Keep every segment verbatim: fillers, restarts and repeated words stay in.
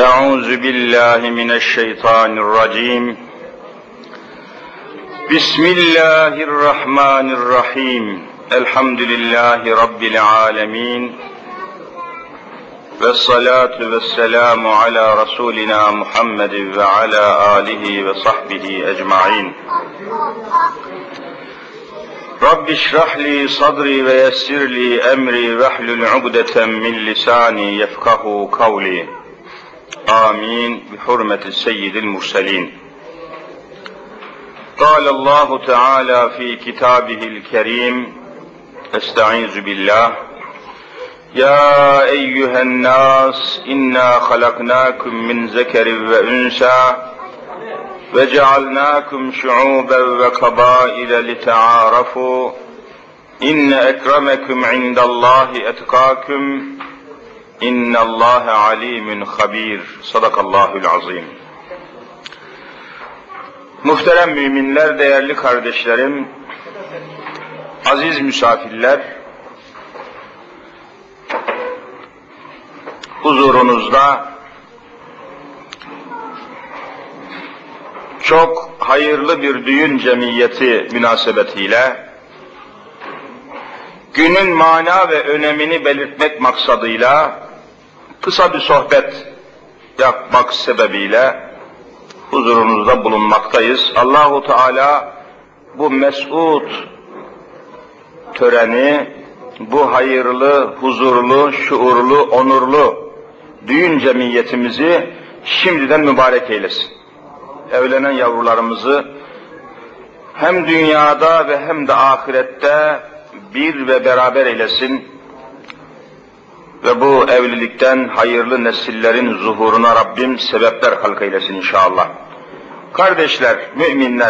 أعوذ بالله من الشيطان الرجيم بسم الله الرحمن الرحيم الحمد لله رب العالمين والصلاة والسلام على رسولنا محمد وعلى آله وصحبه أجمعين رب اشرح لي صدري ويسر لي أمري واحلل عقدة من لساني يفقه قولي آمين بحرمة السيد المرسلين قال الله تعالى في كتابه الكريم استعيذ بالله يا أيها الناس إنا خلقناكم من ذكر وأنثى وجعلناكم شعوبا وقبائل لتعارفوا إن أكرمكم عند الله أتقاكم إن الله عليم خبير Sadakallahul azim. Muhterem müminler, değerli kardeşlerim, aziz misafirler, huzurunuzda çok hayırlı bir düğün cemiyeti münasebetiyle günün mana ve önemini belirtmek maksadıyla kısa bir sohbet yapmak sebebiyle huzurunuzda bulunmaktayız. Allahu Teala bu mes'ud töreni, bu hayırlı, huzurlu, şuurlu, onurlu düğün cemiyetimizi şimdiden mübarek eylesin. Evlenen yavrularımızı hem dünyada ve hem de ahirette bir ve beraber eylesin ve bu evlilikten hayırlı nesillerin zuhuruna Rabbim sebepler halk eylesin inşallah. Kardeşler, müminler,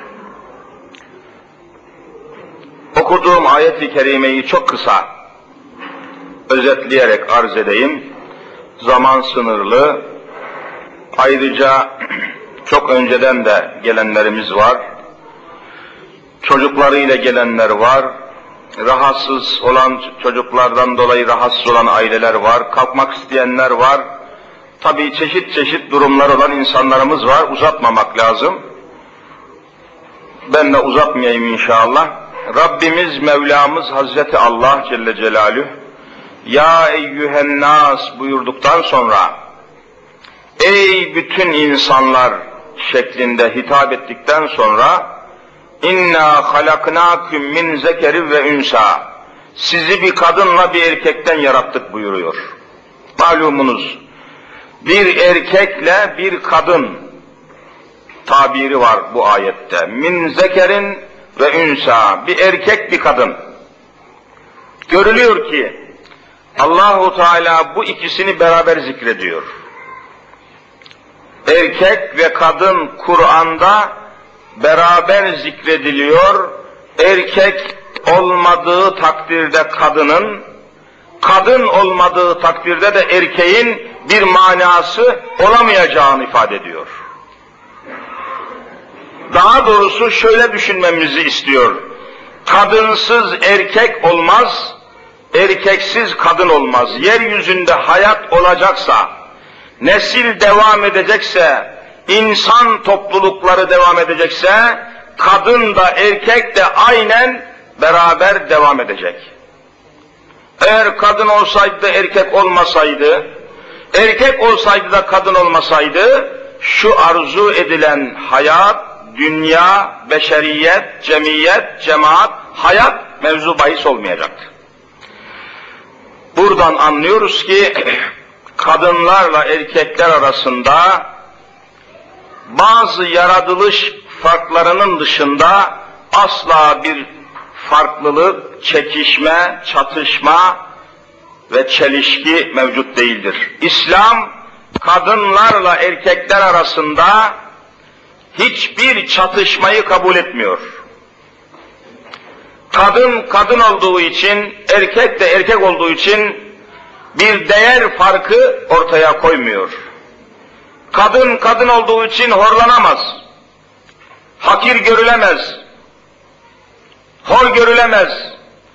okuduğum ayet-i kerimeyi çok kısa özetleyerek arz edeyim. Zaman sınırlı, ayrıca çok önceden de gelenlerimiz var, çocuklarıyla gelenler var, rahatsız olan çocuklardan dolayı rahatsız olan aileler var, kalkmak isteyenler var. Tabii çeşit çeşit durumlar olan insanlarımız var, uzatmamak lazım. Ben de uzatmayayım inşallah. Rabbimiz, Mevlamız Hazreti Allah Celle Celaluhu, Ya eyyühennâs buyurduktan sonra, ey bütün insanlar şeklinde hitap ettikten sonra, İnna halaknâküm min zekeri ve ünsa. Sizi bir kadınla bir erkekten yarattık buyuruyor. Malumunuz, bir erkekle bir kadın tabiri var bu ayette. Min zekerin ve ünsa. Bir erkek bir kadın. Görülüyor ki Allahu Teala bu ikisini beraber zikrediyor. Erkek ve kadın Kur'an'da beraber zikrediliyor. Erkek olmadığı takdirde kadının, kadın olmadığı takdirde de erkeğin bir manası olamayacağını ifade ediyor. Daha doğrusu şöyle düşünmemizi istiyor. Kadınsız erkek olmaz, erkeksiz kadın olmaz. Yeryüzünde hayat olacaksa, nesil devam edecekse, İnsan toplulukları devam edecekse, kadın da erkek de aynen beraber devam edecek. Eğer kadın olsaydı da erkek olmasaydı, erkek olsaydı da kadın olmasaydı, şu arzu edilen hayat, dünya, beşeriyet, cemiyet, cemaat, hayat mevzu bahis olmayacaktı. Buradan anlıyoruz ki, kadınlarla erkekler arasında bazı yaratılış farklarının dışında asla bir farklılık, çekişme, çatışma ve çelişki mevcut değildir. İslam, kadınlarla erkekler arasında hiçbir çatışmayı kabul etmiyor. Kadın, kadın olduğu için, erkek de erkek olduğu için bir değer farkı ortaya koymuyor. Kadın, kadın olduğu için horlanamaz, hakir görülemez, hor görülemez,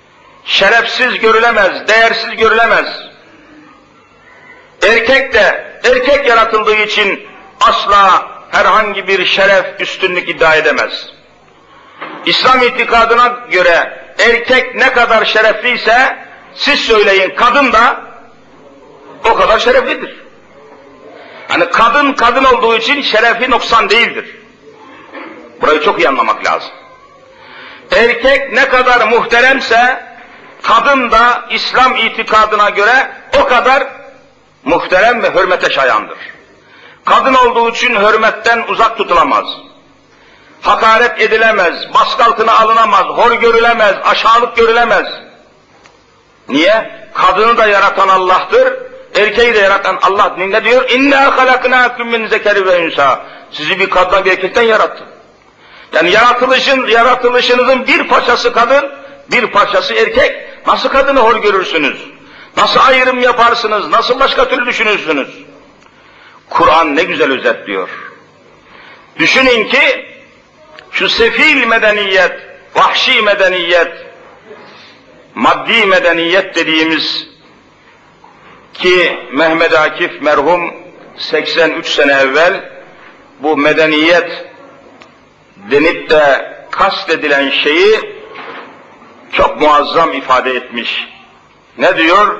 şerefsiz görülemez, değersiz görülemez. Erkek de erkek yaratıldığı için asla herhangi bir şeref, üstünlük iddia edemez. İslam itikadına göre erkek ne kadar şerefliyse siz söyleyin, kadın da o kadar şereflidir. Hani kadın kadın olduğu için şerefi noksan değildir. Burayı çok iyi anlamak lazım. Erkek ne kadar muhteremse kadın da İslam itikadına göre o kadar muhterem ve hürmete şayandır. Kadın olduğu için hürmetten uzak tutulamaz. Hakaret edilemez, baskı altına alınamaz, hor görülemez, aşağılık görülemez. Niye? Kadını da yaratan Allah'tır, erkeği de yaratan Allah. Ne diyor? İnna halaknâkum min zekeri ve unsa. Sizi bir kadından bir erkekten yarattı. Yani yaratılışın, yaratılışınızın bir parçası kadın, bir parçası erkek. Nasıl kadını hor görürsünüz? Nasıl ayrım yaparsınız? Nasıl başka türlü düşünürsünüz? Kur'an ne güzel özetliyor. Düşünün ki şu sefil medeniyet, vahşi medeniyet, maddi medeniyet dediğimiz ki Mehmet Akif merhum seksen üç sene evvel bu medeniyet denip de kastedilen şeyi çok muazzam ifade etmiş. Ne diyor?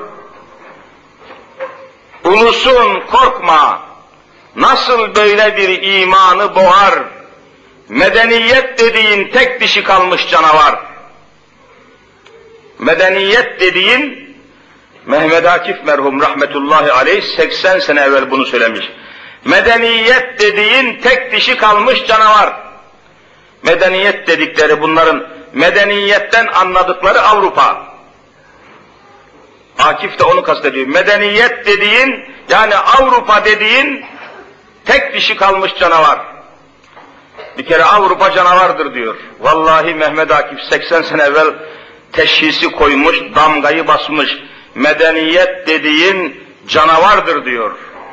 Ulusun korkma, nasıl böyle bir imanı boğar, medeniyet dediğin tek dişi kalmış canavar. Medeniyet dediğin, Mehmet Akif merhum rahmetullahi aleyh seksen sene evvel bunu söylemiş. Medeniyet dediğin tek dişi kalmış canavar. Medeniyet dedikleri bunların medeniyetten anladıkları Avrupa. Akif de onu kastediyor. Medeniyet dediğin, yani Avrupa dediğin tek dişi kalmış canavar. Bir kere Avrupa canavardır diyor. Vallahi Mehmet Akif seksen sene evvel teşhisi koymuş, damgayı basmış. Medeniyet dediğin canavardır diyor.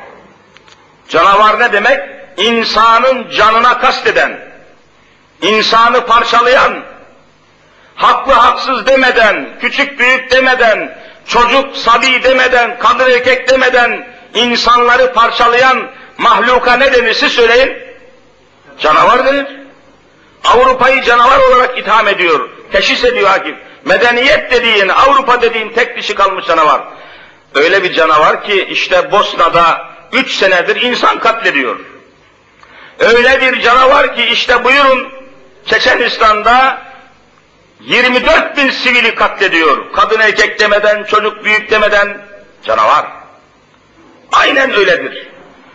Canavar ne demek? İnsanın canına kasteden, insanı parçalayan, haklı haksız demeden, küçük büyük demeden, çocuk sabi demeden, kadın erkek demeden insanları parçalayan mahluka ne denir siz söyleyin? Canavar denir. Avrupa'yı canavar olarak itham ediyor, teşhis ediyor Akif. Medeniyet dediğin, Avrupa dediğin tek dişi kalmış canavar. Öyle bir canavar ki işte Bosna'da üç senedir insan katlediyor. Öyle bir canavar ki işte buyurun Çeçenistan'da yirmi dört bin sivili katlediyor. Kadın erkek demeden, çocuk büyük demeden canavar. Aynen öyledir.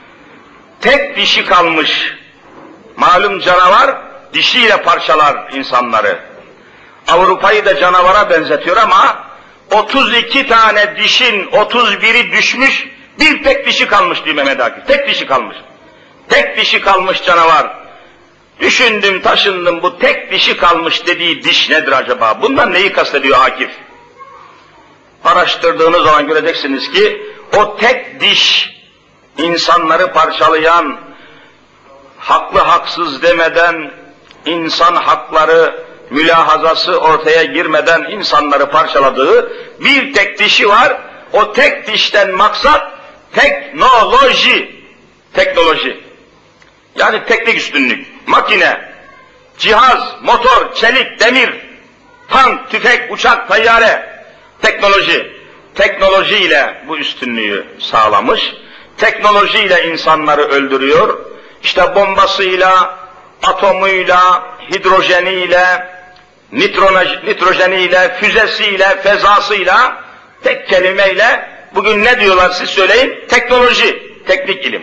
Tek dişi kalmış. Malum canavar dişiyle parçalar insanları. Avrupa'yı da canavara benzetiyor ama otuz iki tane dişin otuz biri düşmüş, bir tek dişi kalmış diyor Mehmet Akif. Tek dişi kalmış. Tek dişi kalmış canavar. Düşündüm, taşındım, bu tek dişi kalmış dediği diş nedir acaba? Bundan neyi kastediyor Akif? Araştırdığınız zaman göreceksiniz ki o tek diş insanları parçalayan, haklı haksız demeden, insan hakları mülahazası ortaya girmeden insanları parçaladığı bir tek dişi var. O tek dişten maksat teknoloji. Teknoloji. Yani teknik üstünlük. Makine, cihaz, motor, çelik, demir, tank, tüfek, uçak, tayyare. Teknoloji. Teknolojiyle bu üstünlüğü sağlamış. Teknolojiyle insanları öldürüyor. İşte bombasıyla, atomuyla, hidrojeniyle, nitrojeniyle, füzesiyle, fezasıyla, tek kelimeyle bugün ne diyorlar siz söyleyin? Teknoloji, teknik ilim.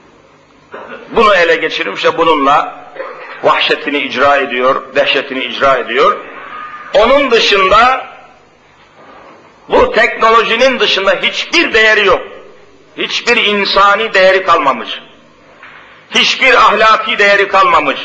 Bunu ele geçirmiş ve bununla vahşetini icra ediyor, dehşetini icra ediyor. Onun dışında, bu teknolojinin dışında hiçbir değeri yok. Hiçbir insani değeri kalmamış. Hiçbir ahlaki değeri kalmamış.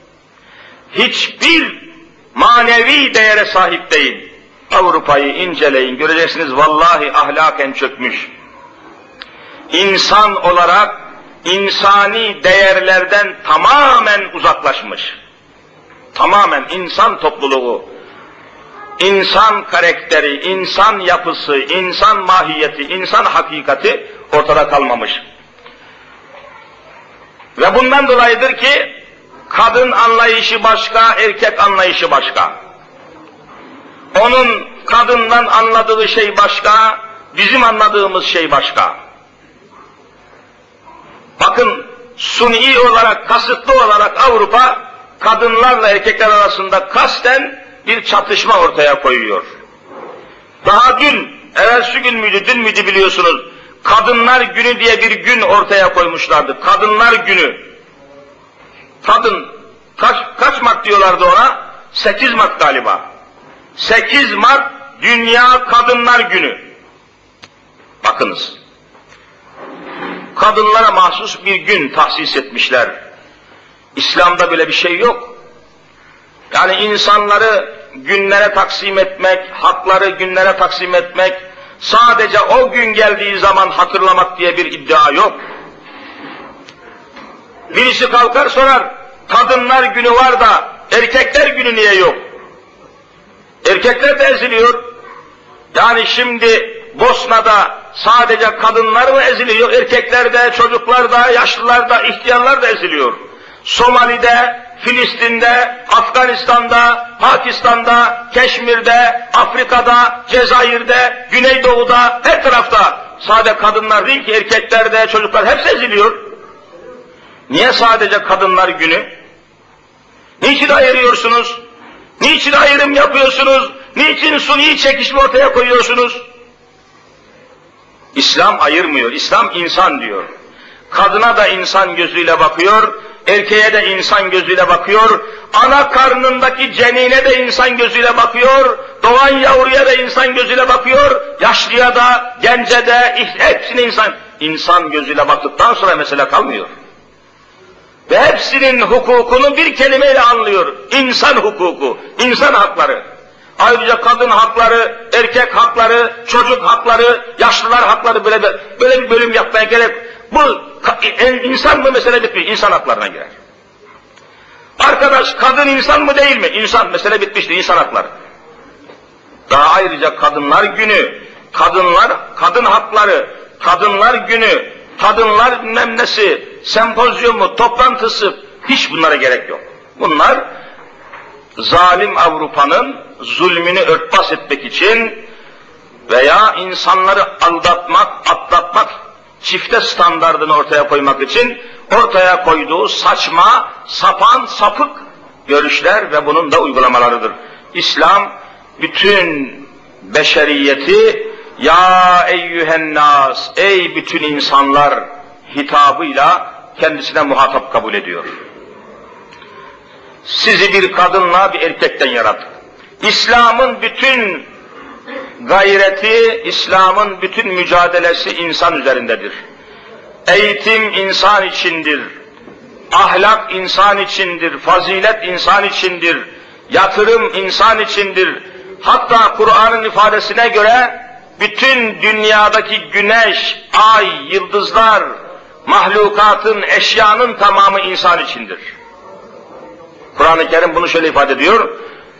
Hiçbir manevi değere sahip değil. Avrupa'yı inceleyin, göreceksiniz vallahi ahlaken çökmüş. İnsan olarak insani değerlerden tamamen uzaklaşmış. Tamamen insan topluluğu, insan karakteri, insan yapısı, insan mahiyeti, insan hakikati ortada kalmamış. Ve bundan dolayıdır ki kadın anlayışı başka, erkek anlayışı başka. Onun kadından anladığı şey başka, bizim anladığımız şey başka. Bakın, suni olarak, kasıtlı olarak Avrupa, kadınlarla erkekler arasında kasten bir çatışma ortaya koyuyor. Daha dün, evvelsi gün müydü, dün müydü biliyorsunuz, Kadınlar Günü diye bir gün ortaya koymuşlardı. Kadınlar Günü. Kadın, kaç, kaç Mart diyorlardı ona? sekiz Mart galiba. sekiz Mart Dünya Kadınlar Günü. Bakınız. Kadınlara mahsus bir gün tahsis etmişler. İslam'da böyle bir şey yok. Yani insanları günlere taksim etmek, hakları günlere taksim etmek, sadece o gün geldiği zaman hatırlamak diye bir iddia yok. Birisi kalkar sorar, Kadınlar Günü var da erkekler günü niye yok? Erkekler de eziliyor. Yani şimdi Bosna'da sadece kadınlar mı eziliyor? Erkekler de, çocuklar da, yaşlılar da, ihtiyarlar da eziliyor. Somali'de, Filistin'de, Afganistan'da, Pakistan'da, Keşmir'de, Afrika'da, Cezayir'de, Güneydoğu'da, her tarafta sadece kadınlar değil ki erkekler de, çocuklar hepsi eziliyor. Niye sadece Kadınlar Günü? Niçin ayırıyorsunuz? Niçin ayrım yapıyorsunuz? Niçin suni çekişme ortaya koyuyorsunuz? İslam ayırmıyor, İslam insan diyor. Kadına da insan gözüyle bakıyor, erkeğe de insan gözüyle bakıyor, ana karnındaki cenine de insan gözüyle bakıyor, doğan yavruya da insan gözüyle bakıyor, yaşlıya da, gence de, hepsine insan, insan gözüyle baktıktan sonra mesele kalmıyor. Ve hepsinin hukukunu bir kelimeyle anlıyor, insan hukuku, insan hakları. Ayrıca kadın hakları, erkek hakları, çocuk hakları, yaşlılar hakları, böyle bir, böyle bir bölüm yapmaya gerek. Bu insan mı mesele bitmiyor, insan haklarına girer. Arkadaş, kadın insan mı değil mi? İnsan, mesele bitmişti, insan hakları. Daha ayrıca Kadınlar Günü, kadınlar, kadın hakları, Kadınlar Günü, kadınlar bilmem nesi, sempozyumu, toplantısı, hiç bunlara gerek yok. Bunlar zalim Avrupa'nın zulmünü örtbas etmek için veya insanları aldatmak, atlatmak, çifte standardını ortaya koymak için ortaya koyduğu saçma, sapan, sapık görüşler ve bunun da uygulamalarıdır. İslam bütün beşeriyeti ya eyyühennas, ey bütün insanlar hitabıyla kendisine muhatap kabul ediyor. Sizi bir kadınla bir erkekten yarattık. İslam'ın bütün gayreti, İslam'ın bütün mücadelesi insan üzerindedir. Eğitim insan içindir, ahlak insan içindir, fazilet insan içindir, yatırım insan içindir. Hatta Kur'an'ın ifadesine göre bütün dünyadaki güneş, ay, yıldızlar, mahlukatın, eşyanın tamamı insan içindir. Kur'an-ı Kerim bunu şöyle ifade ediyor.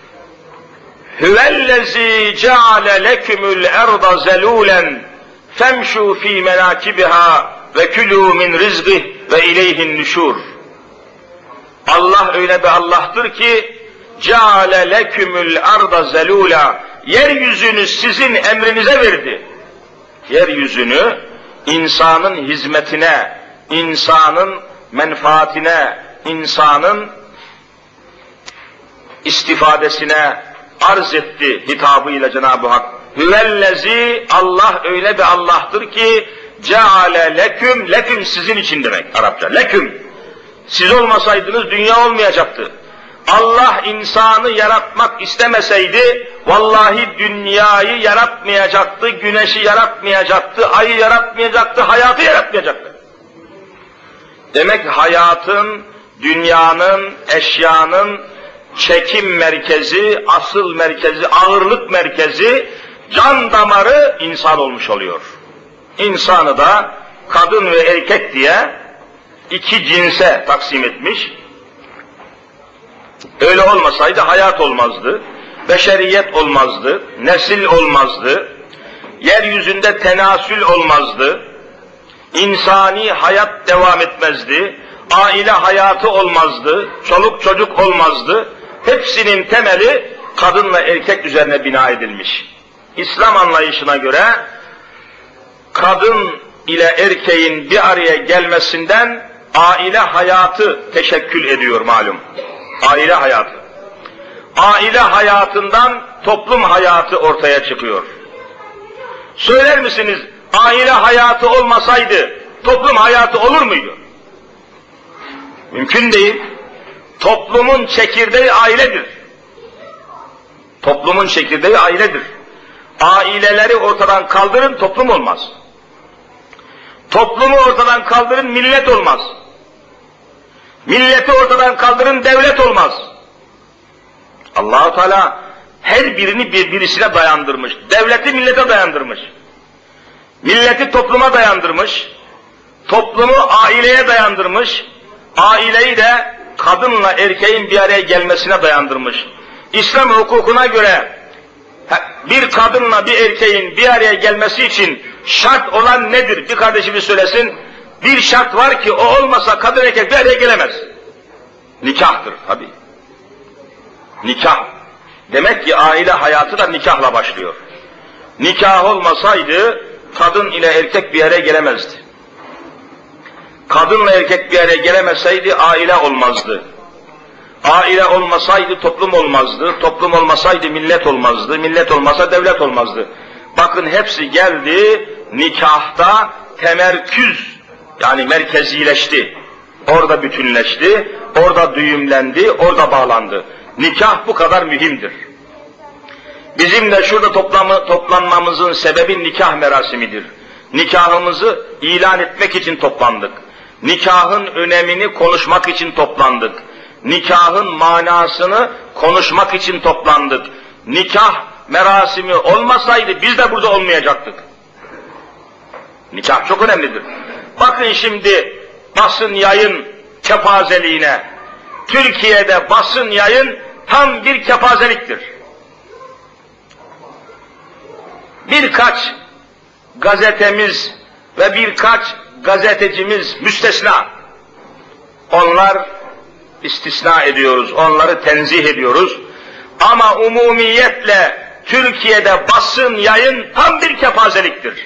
Hüvellezî ceale lekümül erda zelûlen femşû fî menâkibiha ve külû min rizgih ve ileyhin nüşûr. Allah öyle bir Allah'tır ki ceale lekümül erda zelûla, yeryüzünü sizin emrinize verdi. Yeryüzünü insanın hizmetine, insanın menfaatine, insanın istifadesine arz etti hitabıyla Cenab-ı Hak. Hüvellezi, Allah öyle bir Allah'tır ki ceale leküm, leküm sizin için demek Arapça, leküm. Siz olmasaydınız dünya olmayacaktı. Allah insanı yaratmak istemeseydi, vallahi dünyayı yaratmayacaktı, güneşi yaratmayacaktı, ayı yaratmayacaktı, hayatı yaratmayacaktı. Demek hayatın, dünyanın, eşyanın çekim merkezi, asıl merkezi, ağırlık merkezi, can damarı insan olmuş oluyor. İnsanı da kadın ve erkek diye iki cinse taksim etmiş. Öyle olmasaydı hayat olmazdı, beşeriyet olmazdı, nesil olmazdı, yeryüzünde tenasül olmazdı, insani hayat devam etmezdi, aile hayatı olmazdı, çoluk çocuk olmazdı. Hepsinin temeli kadınla erkek üzerine bina edilmiş. İslam anlayışına göre kadın ile erkeğin bir araya gelmesinden aile hayatı teşekkül ediyor malum. Aile hayatı. Aile hayatından toplum hayatı ortaya çıkıyor. Söyler misiniz, aile hayatı olmasaydı toplum hayatı olur muydu? Mümkün değil. Toplumun çekirdeği ailedir. Toplumun çekirdeği ailedir. Aileleri ortadan kaldırın, toplum olmaz. Toplumu ortadan kaldırın, millet olmaz. Milleti ortadan kaldırın, devlet olmaz. Allah-u Teala her birini birbirine dayandırmış. Devleti millete dayandırmış. Milleti topluma dayandırmış. Toplumu aileye dayandırmış. Aileyi de kadınla erkeğin bir araya gelmesine dayandırmış. İslam hukukuna göre bir kadınla bir erkeğin bir araya gelmesi için şart olan nedir? Bir kardeşimiz söylesin. Bir şart var ki o olmasa kadın erkek bir araya gelemez. Nikahtır tabii. Nikah. Demek ki aile hayatı da nikahla başlıyor. Nikah olmasaydı kadın ile erkek bir araya gelemezdi. Kadınla erkek bir araya gelemeseydi aile olmazdı. Aile olmasaydı toplum olmazdı. Toplum olmasaydı millet olmazdı. Millet olmasa devlet olmazdı. Bakın hepsi geldi nikahta temerküz, yani merkezileşti. Orada bütünleşti, orada düğümlendi, orada bağlandı. Nikah bu kadar mühimdir. Bizim de şurada toplamı, toplanmamızın sebebi nikah merasimidir. Nikahımızı ilan etmek için toplandık. Nikahın önemini konuşmak için toplandık. Nikahın manasını konuşmak için toplandık. Nikah merasimi olmasaydı biz de burada olmayacaktık. Nikah çok önemlidir. Bakın şimdi basın yayın kepazeliğine. Türkiye'de basın yayın tam bir kepazeliktir. Birkaç gazetemiz ve birkaç gazetecimiz müstesna. Onlar istisna ediyoruz, onları tenzih ediyoruz. Ama umumiyetle Türkiye'de basın yayın tam bir kepazeliktir.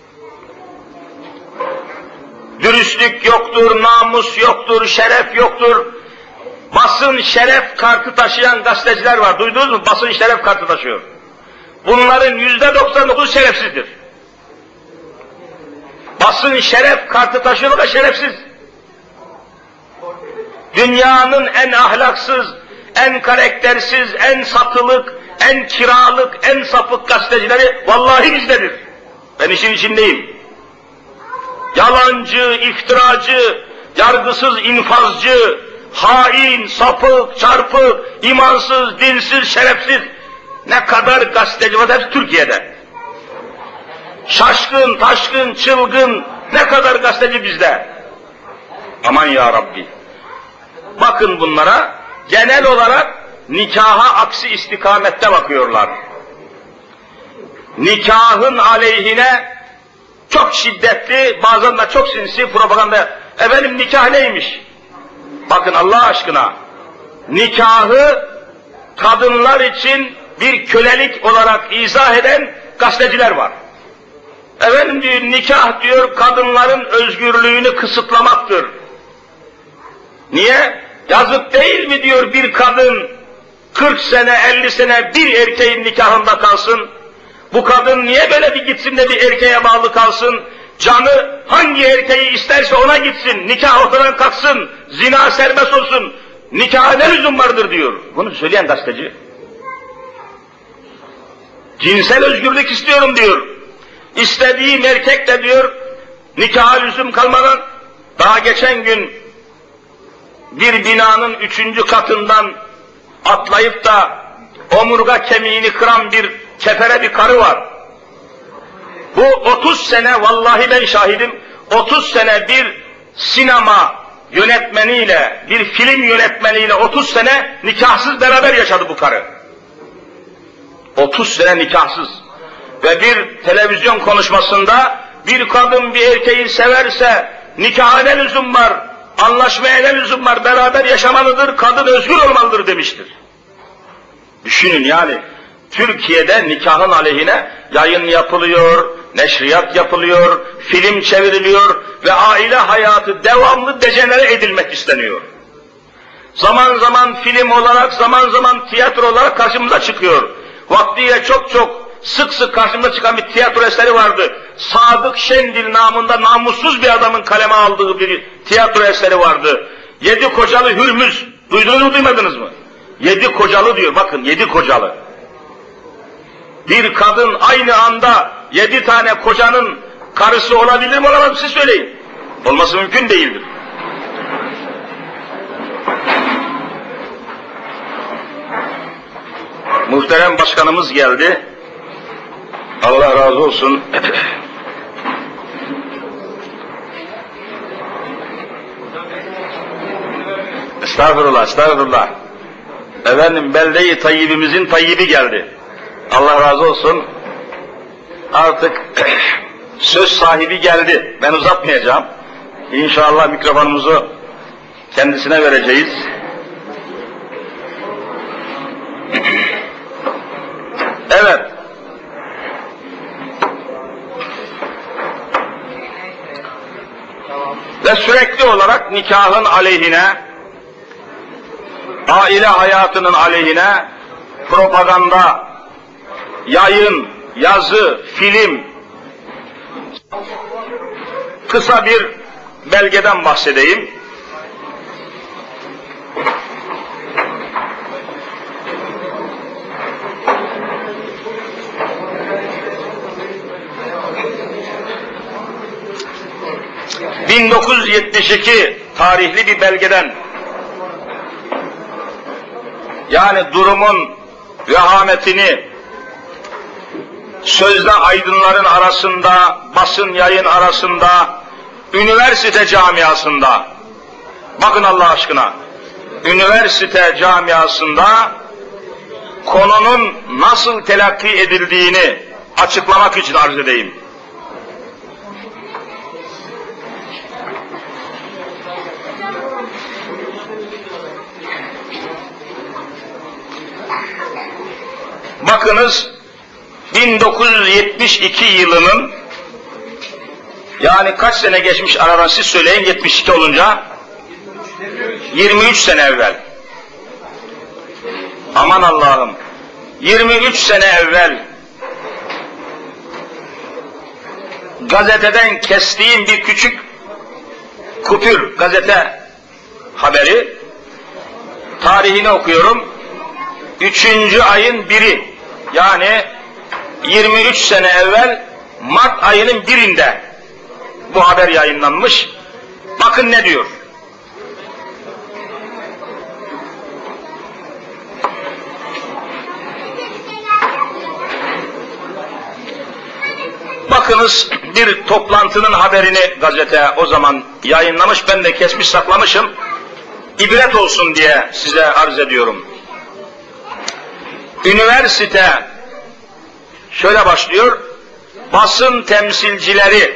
Dürüstlük yoktur, namus yoktur, şeref yoktur. Basın şeref kartı taşıyan gazeteciler var. Duydunuz mu? Basın şeref kartı taşıyor. Bunların yüzde doksan dokuz şerefsizdir. Basın şeref kartı taşıyor da şerefsiz. Dünyanın en ahlaksız, en karaktersiz, en satılık, en kiralık, en sapık gazetecileri vallahi bizdedir. Ben işin içindeyim. Yalancı, iftiracı, yargısız infazcı, hain, sapık, çarpık, imansız, dinsiz, şerefsiz ne kadar gazeteci var hepsi Türkiye'de. Şaşkın, taşkın, çılgın ne kadar gazeteci bizde. Aman ya Rabbi. Bakın bunlara genel olarak nikaha aksi istikamette bakıyorlar. Nikahın aleyhine çok şiddetli, bazen de çok sinsi propaganda. Efendim nikah neymiş? Bakın Allah aşkına, nikahı kadınlar için bir kölelik olarak izah eden gazeteciler var. Efendim diyor, nikah diyor kadınların özgürlüğünü kısıtlamaktır. Niye? Yazık değil mi diyor bir kadın kırk sene, elli sene bir erkeğin nikahında kalsın? Bu kadın niye böyle bir gitsin de bir erkeğe bağlı kalsın? Canı hangi erkeği isterse ona gitsin, nikah ortadan kalksın, zina serbest olsun, nikaha ne lüzum vardır diyor. Bunu söyleyen gazeteci. Cinsel özgürlük istiyorum diyor. İstediğim erkek de diyor, nikaha lüzum kalmadan, daha geçen gün bir binanın üçüncü katından atlayıp da omurga kemiğini kıran bir kefere bir karı var. Bu otuz sene, vallahi ben şahidim, otuz sene bir sinema yönetmeniyle, bir film yönetmeniyle otuz sene nikahsız beraber yaşadı bu karı. otuz sene nikahsız. Ve bir televizyon konuşmasında bir kadın bir erkeği severse nikaha ne lüzum var? anlaşmaya ne lüzum var, beraber yaşamalıdır, kadın özgür olmalıdır demiştir. Düşünün yani, Türkiye'de nikahın aleyhine yayın yapılıyor, neşriyat yapılıyor, film çevriliyor ve aile hayatı devamlı dejenere edilmek isteniyor. Zaman zaman film olarak, zaman zaman tiyatro olarak karşımıza çıkıyor. Vaktiyle çok çok sık sık karşımıza çıkan bir tiyatro eseri vardı. Sadık Şendil namında namussuz bir adamın kaleme aldığı bir tiyatro eseri vardı. Yedi kocalı Hürmüz, duydunuz mu duymadınız mı? Yedi kocalı diyor, bakın yedi kocalı. Bir kadın aynı anda yedi tane kocanın karısı olabilir mi olamaz mı siz söyleyin. Olması mümkün değildir. Muhterem başkanımız geldi. Allah razı olsun. Estağfurullah, estağfurullah. Efendim belde-i tayyibimizin tayyibi geldi. Allah razı olsun. Artık söz sahibi geldi. Ben uzatmayacağım. İnşallah mikrofonumuzu kendisine vereceğiz. Evet. Ve sürekli olarak nikahın aleyhine, aile hayatının aleyhine propaganda, yayın, yazı, film, kısa bir belgeden bahsedeyim. bin dokuz yüz yetmiş iki tarihli bir belgeden, yani durumun vehametini sözde aydınların arasında, basın yayın arasında, üniversite camiasında, bakın Allah aşkına, üniversite camiasında konunun nasıl telakki edildiğini açıklamak için arz edeyim. Bakınız, bin dokuz yüz yetmiş iki yılının, yani kaç sene geçmiş aradan siz söyleyin, yetmiş iki olunca yirmi üç sene evvel. Aman Allah'ım, yirmi üç sene evvel gazeteden kestiğim bir küçük kupür gazete haberi, tarihini okuyorum. Üçüncü ayın biri, yani yirmi üç sene evvel Mart ayının birinde bu haber yayınlanmış. Bakın ne diyor. Bakınız, bir toplantının haberini gazete o zaman yayınlamış, ben de kesmiş saklamışım. İbret olsun diye size arz ediyorum. Üniversite şöyle başlıyor, basın temsilcileri,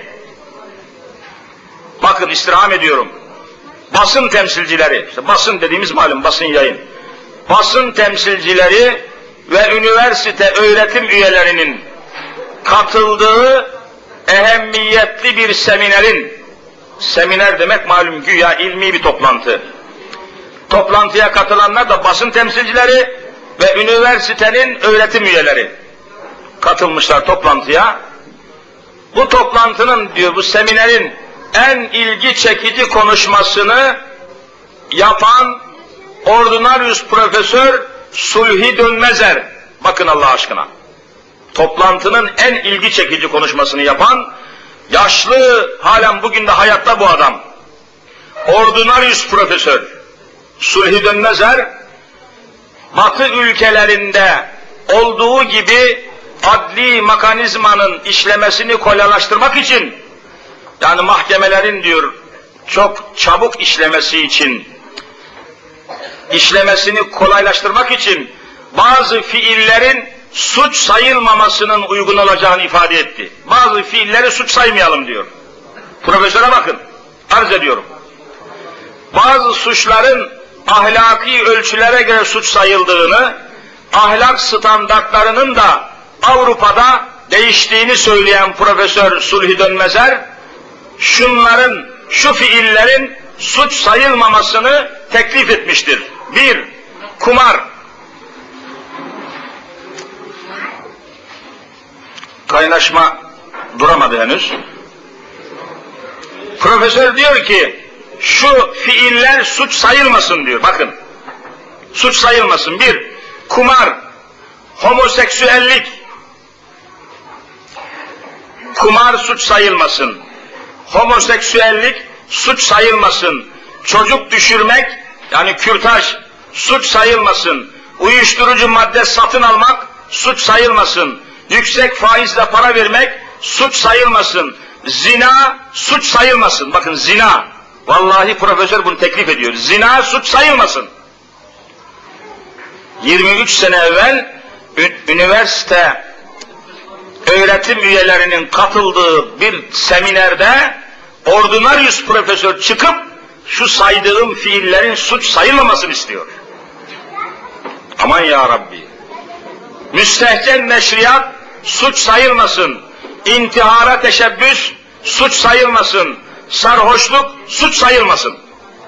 bakın istirham ediyorum, basın temsilcileri, işte basın dediğimiz malum basın yayın, basın temsilcileri ve üniversite öğretim üyelerinin katıldığı ehemmiyetli bir seminerin, seminer demek malum güya ilmi bir toplantı, toplantıya katılanlar da basın temsilcileri ve üniversitenin öğretim üyeleri katılmışlar toplantıya. Bu toplantının diyor, bu seminerin en ilgi çekici konuşmasını yapan Ordinarius Profesör Sulhi Dönmezer. Bakın Allah aşkına. Toplantının en ilgi çekici konuşmasını yapan, yaşlı, halen bugün de hayatta bu adam. Ordinarius Profesör Sulhi Dönmezer, Batı ülkelerinde olduğu gibi adli mekanizmanın işlemesini kolaylaştırmak için, yani mahkemelerin diyor çok çabuk işlemesi için, işlemesini kolaylaştırmak için bazı fiillerin suç sayılmamasının uygun olacağını ifade etti. Bazı fiilleri suç saymayalım diyor. Profesöre bakın, arz ediyorum. bazı suçların ahlaki ölçülere göre suç sayıldığını, ahlak standartlarının da Avrupa'da değiştiğini söyleyen Profesör Sulhi Dönmezer, şunların, şu fiillerin suç sayılmamasını teklif etmiştir. Bir, kumar. Kaynaşma duramadı henüz. Profesör diyor ki, şu fiiller suç sayılmasın diyor, bakın. Suç sayılmasın. Bir, kumar, homoseksüellik. Kumar suç sayılmasın. Homoseksüellik suç sayılmasın. Çocuk düşürmek, yani kürtaj, suç sayılmasın. Uyuşturucu madde satın almak suç sayılmasın. Yüksek faizle para vermek suç sayılmasın. Zina suç sayılmasın. Bakın zina. Vallahi profesör bunu teklif ediyor. Zina suç sayılmasın. yirmi üç sene evvel üniversite öğretim üyelerinin katıldığı bir seminerde ordinarius profesör çıkıp şu saydığım fiillerin suç sayılmamasını istiyor. Aman ya Rabbi. Müstehcen neşriyat suç sayılmasın. İntihara teşebbüs suç sayılmasın. Sarhoşluk suç sayılmasın.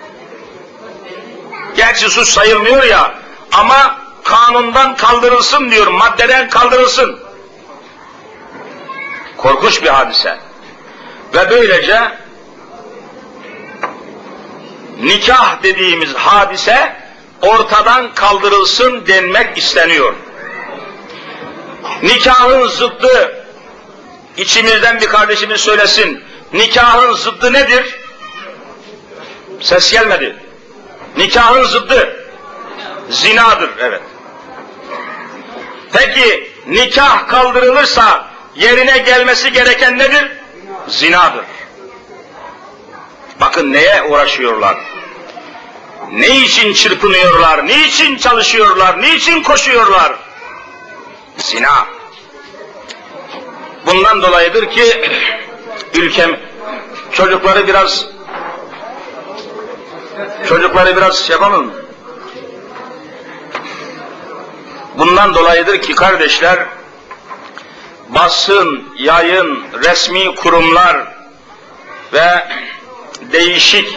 Gerçi suç sayılmıyor ya, ama kanundan kaldırılsın diyor, maddeden kaldırılsın. Korkunç bir hadise. Ve böylece nikah dediğimiz hadise ortadan kaldırılsın denmek isteniyor. Nikahın zıddı, içimizden bir kardeşimiz söylesin, nikahın zıddı nedir? Ses gelmedi. Nikahın zıddı zinadır, evet. Peki nikah kaldırılırsa yerine gelmesi gereken nedir? Zinadır. Bakın neye uğraşıyorlar? Ne için çırpınıyorlar? Niçin çalışıyorlar? Niçin koşuyorlar? Zina. Bundan dolayıdır ki ülkem çocukları biraz çocukları biraz yapalım. Bundan dolayıdır ki kardeşler, basın, yayın, resmi kurumlar ve değişik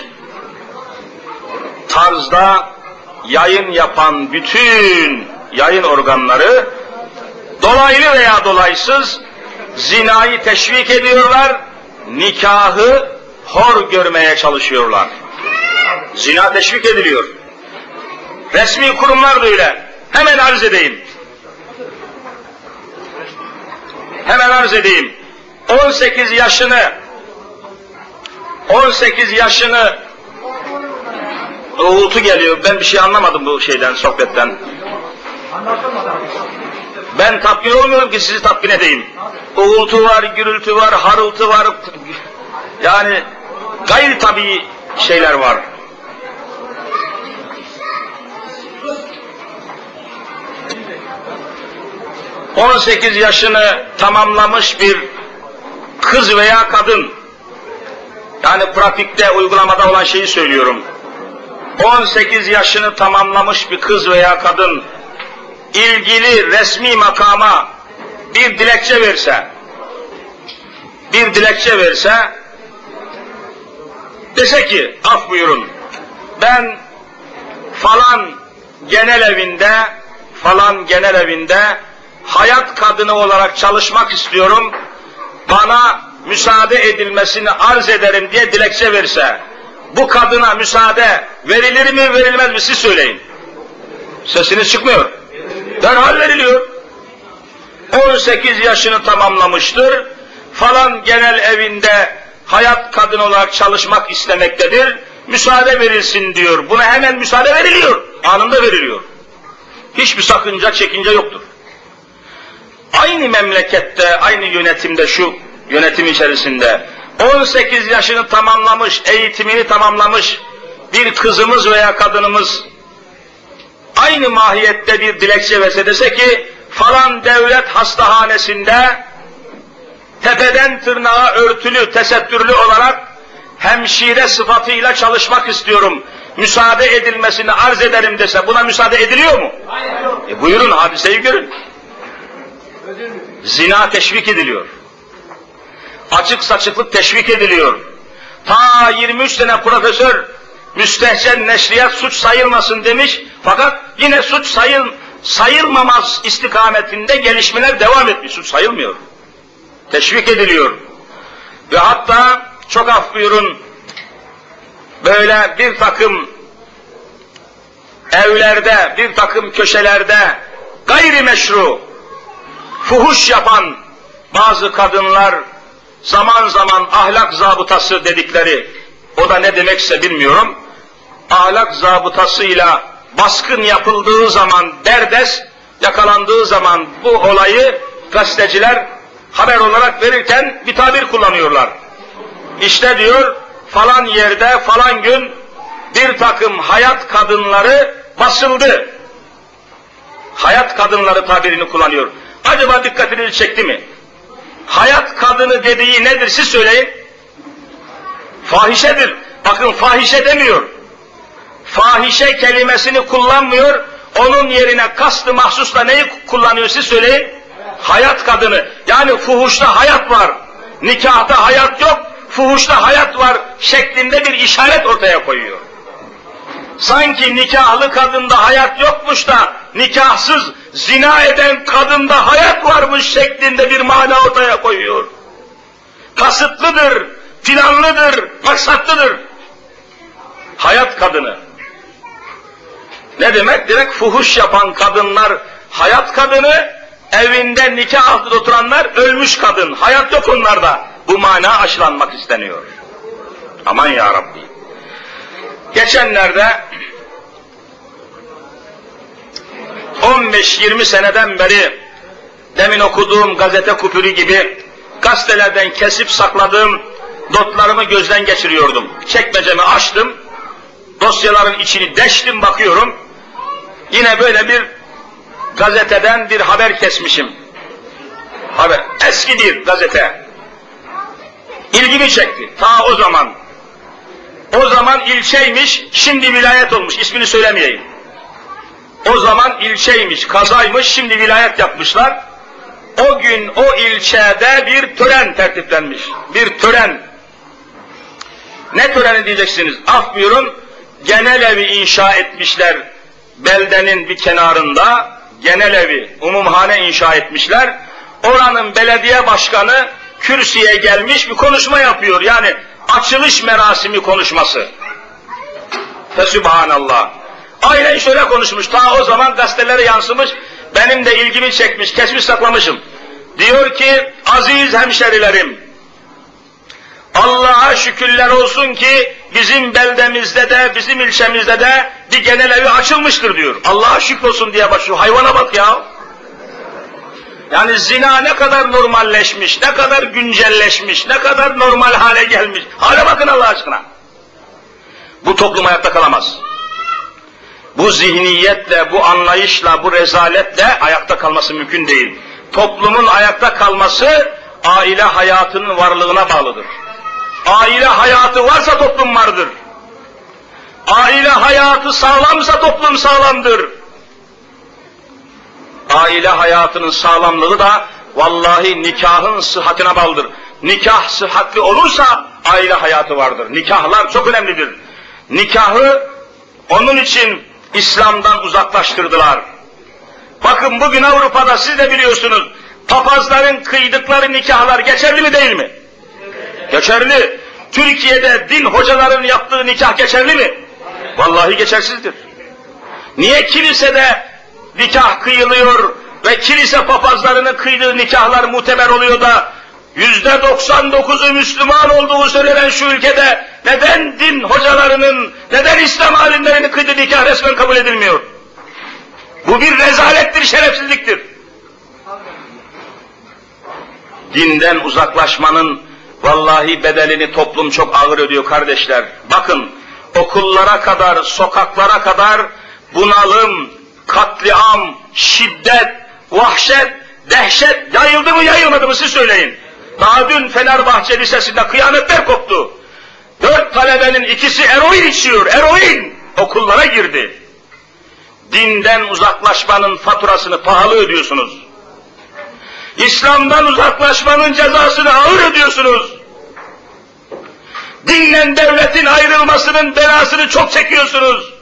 tarzda yayın yapan bütün yayın organları dolaylı veya dolaysız zinayı teşvik ediyorlar, nikahı hor görmeye çalışıyorlar. Zina teşvik ediliyor. Resmi kurumlar da öyle. Hemen arz edeyim. Hemen arz edeyim. on sekiz yaşını on sekiz yaşını uğultu geliyor. Ben bir şey anlamadım bu şeyden, sohbetten. Ben tatmin olmuyorum ki sizi tatmin edeyim. Uğultu var, gürültü var, harıltı var. Yani gayri tabii şeyler var. on sekiz yaşını tamamlamış bir kız veya kadın, yani pratikte, uygulamada olan şeyi söylüyorum. on sekiz yaşını tamamlamış bir kız veya kadın ilgili resmi makama bir dilekçe verse, bir dilekçe verse, dese ki, af buyurun, ben falan genel evinde, falan genel evinde hayat kadını olarak çalışmak istiyorum, bana müsaade edilmesini arz ederim diye dilekçe verse, bu kadına müsaade verilir mi, verilmez mi, siz söyleyin. Sesiniz çıkmıyor. Derhal veriliyor. on sekiz yaşını tamamlamıştır, falan genel evinde hayat kadını olarak çalışmak istemektedir, müsaade verilsin diyor. Buna hemen müsaade veriliyor, anında veriliyor. Hiçbir sakınca, çekince yoktur. Aynı memlekette, aynı yönetimde, şu yönetim içerisinde on sekiz yaşını tamamlamış, eğitimini tamamlamış bir kızımız veya kadınımız aynı mahiyette bir dilekçe verse, dese ki falan devlet hastahanesinde tepeden tırnağa örtülü, tesettürlü olarak hemşire sıfatıyla çalışmak istiyorum, müsaade edilmesini arz ederim dese buna müsaade ediliyor mu? Hayır. E buyurun hadiseyi görün. Zina teşvik ediliyor. Açık saçıklık teşvik ediliyor. Ta yirmi üç sene profesör müstehcen neşriyat suç sayılmasın demiş, fakat yine suç sayıl, sayılmamaz istikametinde gelişmeler devam etmiş. Suç sayılmıyor. Teşvik ediliyor. Ve hatta çok af buyurun, böyle bir takım evlerde, bir takım köşelerde gayrimeşru fuhuş yapan bazı kadınlar, zaman zaman ahlak zabıtası dedikleri, o da ne demekse bilmiyorum, ahlak zabıtasıyla baskın yapıldığı zaman, derdest yakalandığı zaman bu olayı gazeteciler haber olarak verirken bir tabir kullanıyorlar. İşte diyor, falan yerde, falan gün bir takım hayat kadınları basıldı. Hayat kadınları tabirini kullanıyor. Acaba dikkatinizi çekti mi? Hayat kadını dediği nedir siz söyleyin? Fahişedir. Bakın fahişe demiyor. Fahişe kelimesini kullanmıyor. Onun yerine kastı mahsusla neyi kullanıyor siz söyleyin? Hayat kadını. Yani fuhuşta hayat var. Nikahta hayat yok. Fuhuşta hayat var şeklinde bir işaret ortaya koyuyor. Sanki nikahlı kadında hayat yokmuş da nikahsız zina eden kadında hayat varmış şeklinde bir mana ortaya koyuyor. Kasıtlıdır, planlıdır, maksatlıdır. Hayat kadını. Ne demek? Direkt fuhuş yapan kadınlar hayat kadını, evinde nikah altında oturanlar ölmüş kadın. Hayat yok onlarda. Bu mana aşılanmak isteniyor. Aman ya Rabbi. Geçenlerde on beş yirmi seneden beri demin okuduğum gazete kupürü gibi gazetelerden kesip sakladığım notlarımı gözden geçiriyordum. Çekmecemi açtım, dosyaların içini deştim, bakıyorum. Yine böyle bir gazeteden bir haber kesmişim. Haber, eski bir gazete. İlgimi çekti. Ta o zaman. O zaman ilçeymiş, şimdi vilayet olmuş. İsmini söylemeyeyim. O zaman ilçeymiş, kazaymış, şimdi vilayet yapmışlar. O gün o ilçede bir tören tertiplenmiş. Bir tören. Ne töreni diyeceksiniz? Af buyurun, genel evi inşa etmişler. Beldenin bir kenarında genel evi, umumhane inşa etmişler. Oranın belediye başkanı kürsüye gelmiş bir konuşma yapıyor. Yani açılış merasimi konuşması. Fesübhanallah. Aynen şöyle konuşmuş. Ta o zaman gazetelere yansımış. Benim de ilgimi çekmiş. Kesmiş saklamışım. Diyor ki, aziz hemşerilerim, Allah'a şükürler olsun ki bizim beldemizde de, bizim ilçemizde de bir genel evi açılmıştır diyor. Allah'a şükür olsun diye başlıyor. Hayvana bak ya. Yani zina ne kadar normalleşmiş, ne kadar güncelleşmiş, ne kadar normal hale gelmiş. Hale bakın Allah aşkına. Bu toplum ayakta kalamaz. Bu zihniyetle, bu anlayışla, bu rezaletle ayakta kalması mümkün değil. Toplumun ayakta kalması aile hayatının varlığına bağlıdır. Aile hayatı varsa toplum vardır. Aile hayatı sağlamsa toplum sağlamdır. Aile hayatının sağlamlığı da vallahi nikahın sıhhatine bağlıdır. Nikah sıhhatli olursa aile hayatı vardır. Nikahlar çok önemlidir. Nikahı onun için İslam'dan uzaklaştırdılar. Bakın bugün Avrupa'da siz de biliyorsunuz, papazların kıydıkları nikahlar geçerli mi değil mi? Geçerli. Türkiye'de din hocalarının yaptığı nikah geçerli mi? Vallahi geçersizdir. Niye kilisede nikah kıyılıyor ve kilise papazlarının kıydığı nikahlar muteber oluyor da yüzde doksan dokuzu Müslüman olduğu söylenen şu ülkede neden din hocalarının, neden İslam alimlerinin kıydığı nikah resmen kabul edilmiyor? Bu bir rezalettir, şerefsizliktir. Dinden uzaklaşmanın vallahi bedelini toplum çok ağır ödüyor kardeşler. Bakın, okullara kadar, sokaklara kadar bunalım, katliam, şiddet, vahşet, dehşet yayıldı mı yayılmadı mı siz söyleyin. Daha dün Fenerbahçe Lisesi'nde kıyametler koptu. Dört talebenin ikisi eroin içiyor, eroin! Okullara girdi. Dinden uzaklaşmanın faturasını pahalı ödüyorsunuz. İslam'dan uzaklaşmanın cezasını ağır ödüyorsunuz. Dinle devletin ayrılmasının belasını çok çekiyorsunuz.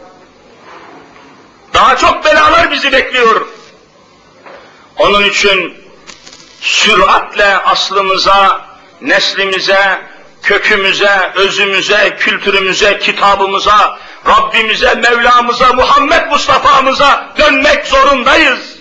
Daha çok belalar bizi bekliyor. Onun için süratle aslımıza, neslimize, kökümüze, özümüze, kültürümüze, kitabımıza, Rabbimize, Mevlamıza, Muhammed Mustafa'mıza dönmek zorundayız.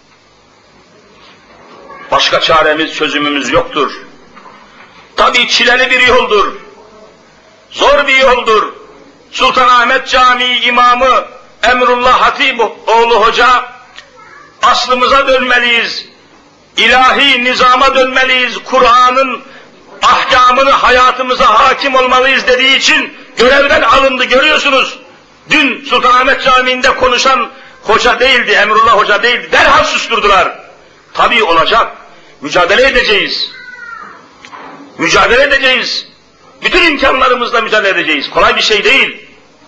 Başka çaremiz, çözümümüz yoktur. Tabii çileli bir yoldur. Zor bir yoldur. Sultanahmet Camii imamı Emrullah Hatipoğlu Hoca, aslımıza dönmeliyiz. İlahi nizama dönmeliyiz. Kur'an'ın ahkamını hayatımıza hakim olmalıyız dediği için görevden alındı, görüyorsunuz. Dün Sultanahmet Camii'nde konuşan hoca değildi, Emrullah Hoca değildi. Derhal susturdular. Tabii olacak. Mücadele edeceğiz. Mücadele edeceğiz. Bütün imkanlarımızla mücadele edeceğiz. Kolay bir şey değil.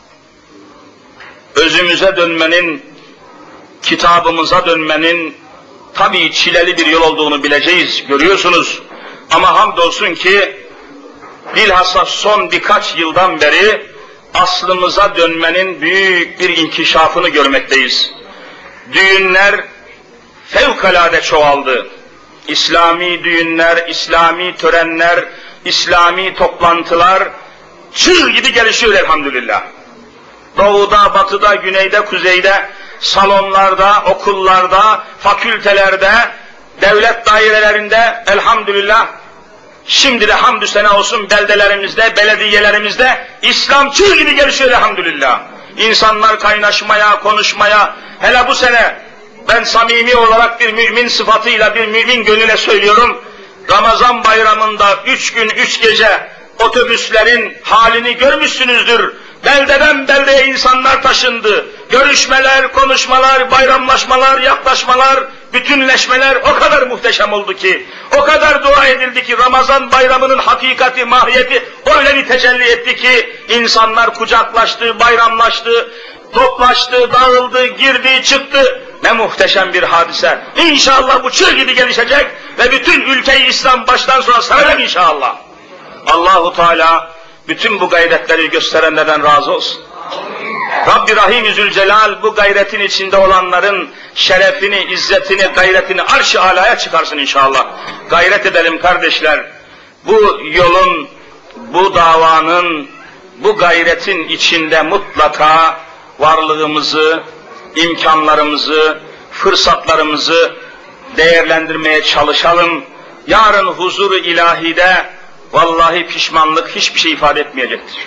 Özümüze dönmenin, kitabımıza dönmenin tabii çileli bir yol olduğunu bileceğiz, görüyorsunuz. Ama hamdolsun ki bilhassa son birkaç yıldan beri aslımıza dönmenin büyük bir inkişafını görmekteyiz. Düğünler fevkalade çoğaldı. İslami düğünler, İslami törenler, İslami toplantılar çığ gibi gelişiyor elhamdülillah. Doğuda, batıda, güneyde, kuzeyde, salonlarda, okullarda, fakültelerde, devlet dairelerinde elhamdülillah, şimdi de hamdü sena olsun beldelerimizde, belediyelerimizde İslam çığ gibi gelişiyor elhamdülillah. İnsanlar kaynaşmaya, konuşmaya, hele bu sene ben samimi olarak bir mümin sıfatıyla, bir mümin gönüle söylüyorum, Ramazan bayramında üç gün, üç gece otobüslerin halini görmüşsünüzdür. Beldeden beldeye insanlar taşındı. Görüşmeler, konuşmalar, bayramlaşmalar, yaklaşmalar, bütünleşmeler o kadar muhteşem oldu ki, o kadar dua edildi ki Ramazan bayramının hakikati, mahiyeti öyle bir tecelli etti ki insanlar kucaklaştı, bayramlaştı, toplaştı, dağıldı, girdi, çıktı. Ne muhteşem bir hadise. İnşallah bu çığ gibi gelişecek ve bütün ülkeyi İslam baştan sona saracak inşallah. Allahu Teala bütün bu gayretleri gösterenlerden razı olsun. Rabbi Rahim-i Zülcelal bu gayretin içinde olanların şerefini, izzetini, gayretini arş-ı alaya çıkarsın inşallah. Gayret edelim kardeşler. Bu yolun, bu davanın, bu gayretin içinde mutlaka varlığımızı, imkanlarımızı, fırsatlarımızı değerlendirmeye çalışalım. Yarın huzur-u ilahide vallahi pişmanlık hiçbir şey ifade etmeyecektir.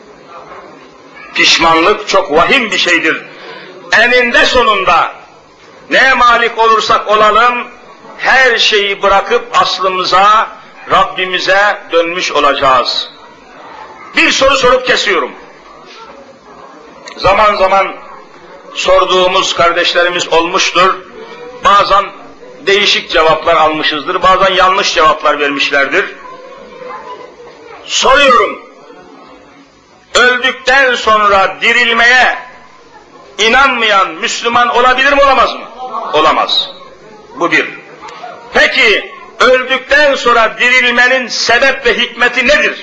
Pişmanlık çok vahim bir şeydir. Eninde sonunda neye malik olursak olalım, her şeyi bırakıp aslımıza, Rabbimize dönmüş olacağız. Bir soru sorup kesiyorum. Zaman zaman sorduğumuz kardeşlerimiz olmuştur. Bazen değişik cevaplar almışızdır, bazen yanlış cevaplar vermişlerdir. Soruyorum, öldükten sonra dirilmeye inanmayan Müslüman olabilir mi, olamaz mı? Olamaz. Bu bir. Peki, öldükten sonra dirilmenin sebep ve hikmeti nedir?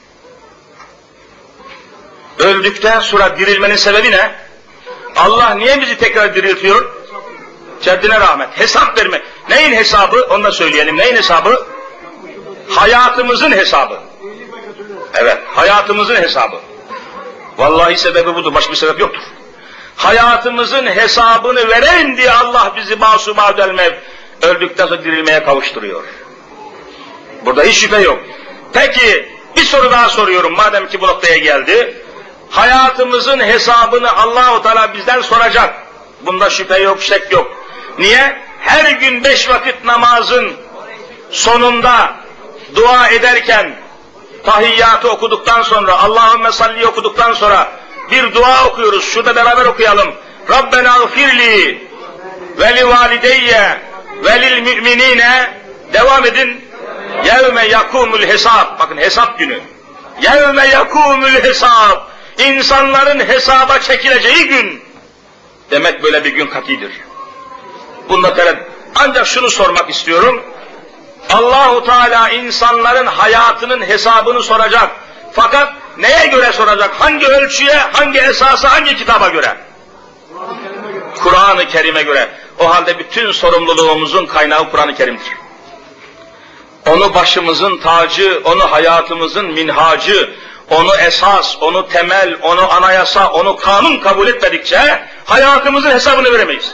Öldükten sonra dirilmenin sebebi ne? Allah niye bizi tekrar diriltiyor? Ceddine rahmet. Hesap verme. Neyin hesabı? Onu da söyleyelim. Neyin hesabı? Hayatımızın hesabı. Evet, hayatımızın hesabı. Vallahi sebebi budur, başka bir sebep yoktur. Hayatımızın hesabını veren diye Allah bizi masum delmev öldükten sonra dirilmeye kavuşturuyor. Burada hiç şüphe yok. Peki, bir soru daha soruyorum madem ki bu noktaya geldi. Hayatımızın hesabını Allah-u Teala bizden soracak. Bunda şüphe yok, şek yok. Niye? Her gün beş vakit namazın sonunda dua ederken, tahiyyatı okuduktan sonra, Allahümme salli okuduktan sonra bir dua okuyoruz. Şurada beraber okuyalım. Rabbena gfirli ve li valideyye ve lil müminine, devam edin. Yevme yakumul hesap. Bakın hesap günü. Yevme yakûmül hesab. İnsanların hesaba çekileceği gün. Demek böyle bir gün katidir. Bunda tereddüt. Ancak şunu sormak istiyorum. Allahu Teala insanların hayatının hesabını soracak. Fakat neye göre soracak? Hangi ölçüye, hangi esasa, hangi kitaba göre? Kur'an-ı Kerim'e göre. O halde bütün sorumluluğumuzun kaynağı Kur'an-ı Kerim'dir. Onu başımızın tacı, onu hayatımızın minhacı, onu esas, onu temel, onu anayasa, onu kanun kabul etmedikçe hayatımızın hesabını veremeyiz.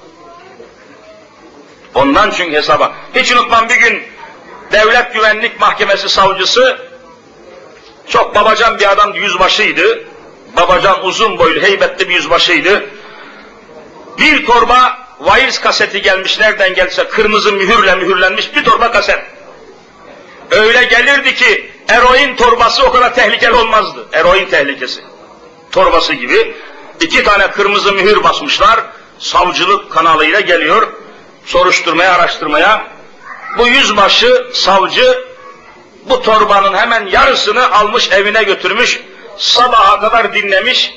Ondan çünkü hesaba. Hiç unutmam, bir gün Devlet Güvenlik Mahkemesi savcısı, çok babacan bir adam, yüzbaşıydı. Babacan, uzun boylu, heybetli bir yüzbaşıydı. Bir torba vaiz kaseti gelmiş, nereden gelse kırmızı mühürle mühürlenmiş bir torba kaset. Öyle gelirdi ki eroin torbası o kadar tehlikeli olmazdı. Eroin tehlikesi torbası gibi. İki tane kırmızı mühür basmışlar. Savcılık kanalıyla geliyor. Soruşturmaya, araştırmaya. Bu yüzbaşı savcı bu torbanın hemen yarısını almış, evine götürmüş. Sabaha kadar dinlemiş.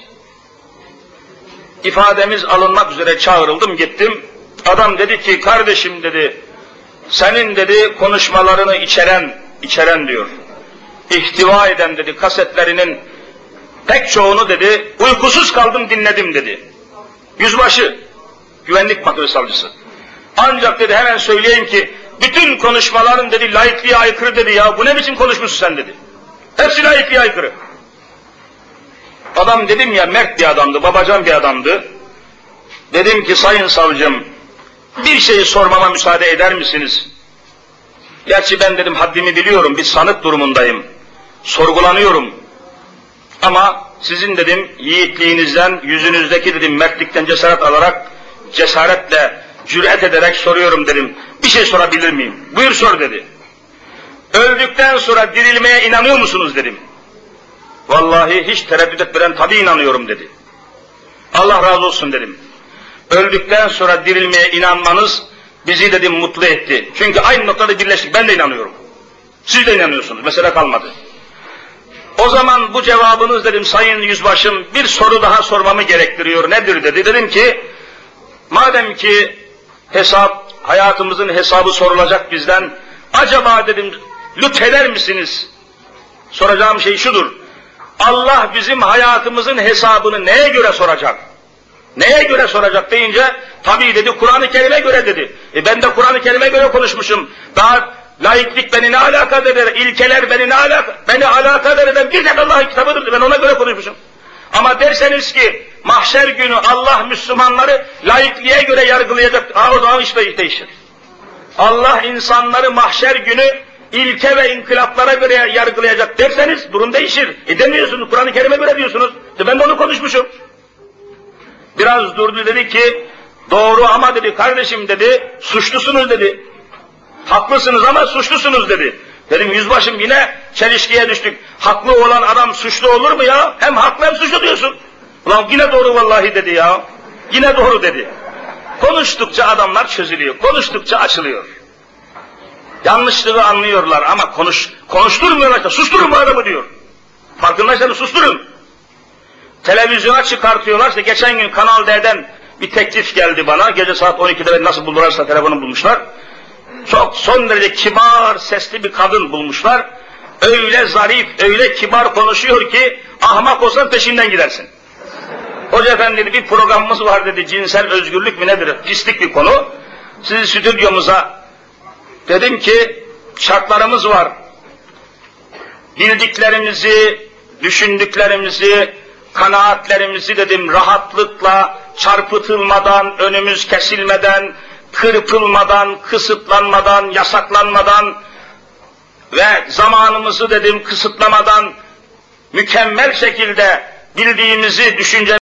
İfademiz alınmak üzere çağrıldım, gittim. Adam dedi ki, kardeşim dedi, senin dedi konuşmalarını içeren, içeren diyor, ihtiva eden dedi kasetlerinin pek çoğunu dedi, uykusuz kaldım dinledim dedi. Yüzbaşı, güvenlik mahkemesi savcısı. Ancak dedi hemen söyleyeyim ki, bütün konuşmaların dedi laikliğe aykırı dedi ya, bu ne biçim konuşmuşsun sen dedi. Hepsi laikliğe aykırı. Adam dedim ya, mert bir adamdı, babacan bir adamdı. Dedim ki, sayın savcım, bir şeyi sormama müsaade eder misiniz? Gerçi ben dedim haddimi biliyorum, bir sanık durumundayım. Sorgulanıyorum. Ama sizin dedim yiğitliğinizden, yüzünüzdeki dedim mertlikten cesaret alarak, cesaretle, cüret ederek soruyorum dedim. Bir şey sorabilir miyim? Buyur sor dedi. Öldükten sonra dirilmeye inanıyor musunuz dedim. Vallahi hiç tereddüt etmeden tabii inanıyorum dedi. Allah razı olsun dedim. Öldükten sonra dirilmeye inanmanız bizi dedim mutlu etti. Çünkü aynı noktada birleştik. Ben de inanıyorum. Siz de inanıyorsunuz. Mesele kalmadı. O zaman bu cevabınız dedim sayın yüzbaşım bir soru daha sormamı gerektiriyor. Nedir dedi. Dedim ki madem ki hesap, hayatımızın hesabı sorulacak bizden, acaba dedim lütfeder misiniz? Soracağım şey şudur. Allah bizim hayatımızın hesabını neye göre soracak? Neye göre soracak deyince, tabii dedi Kur'an-ı Kerim'e göre dedi. E ben de Kur'an-ı Kerim'e göre konuşmuşum. Daha laiklik beni ne alakadar eder, ilkeler beni ne alakadar, beni alakadar eden bir tek Allah'ın kitabıdır. Ben ona göre konuşmuşum. Ama derseniz ki mahşer günü Allah Müslümanları laikliğe göre yargılayacak, ha o zaman işte değişir. Allah insanları mahşer günü ilke ve inkılaplara göre yargılayacak derseniz durum değişir. E demiyorsunuz, Kur'an-ı Kerim'e göre diyorsunuz. E ben de onu konuşmuşum. Biraz durdu dedi ki, doğru ama dedi kardeşim dedi, suçlusunuz dedi. Haklısınız ama suçlusunuz dedi. Dedim yüzbaşım yine çelişkiye düştük. Haklı olan adam suçlu olur mu ya? Hem haklı hem suçlu diyorsun. Ulan yine doğru vallahi dedi ya. Yine doğru dedi. Konuştukça adamlar çözülüyor. Konuştukça açılıyor. Yanlışlığı anlıyorlar ama konuş, konuşturmuyorlar. Susturun bu adamı diyor. Farkındaysanız susturun. Televizyona çıkartıyorlar. İşte geçen gün Kanal D'den bir teklif geldi bana. Gece saat on ikide beni nasıl buldularsa telefonu bulmuşlar. Çok son derece kibar sesli bir kadın bulmuşlar. Öyle zarif, öyle kibar konuşuyor ki ahmak olsan peşinden gidersin. Hoca efendi dedi, bir programımız var dedi, cinsel özgürlük mü nedir? Pislik bir konu. Sizi stüdyomuza, dedim ki şartlarımız var. Bildiklerimizi, düşündüklerimizi, kanaatlerimizi dedim rahatlıkla, çarpıtılmadan, önümüz kesilmeden, kırpılmadan, kısıtlanmadan, yasaklanmadan ve zamanımızı dedim kısıtlamadan mükemmel şekilde bildiğimizi, düşünce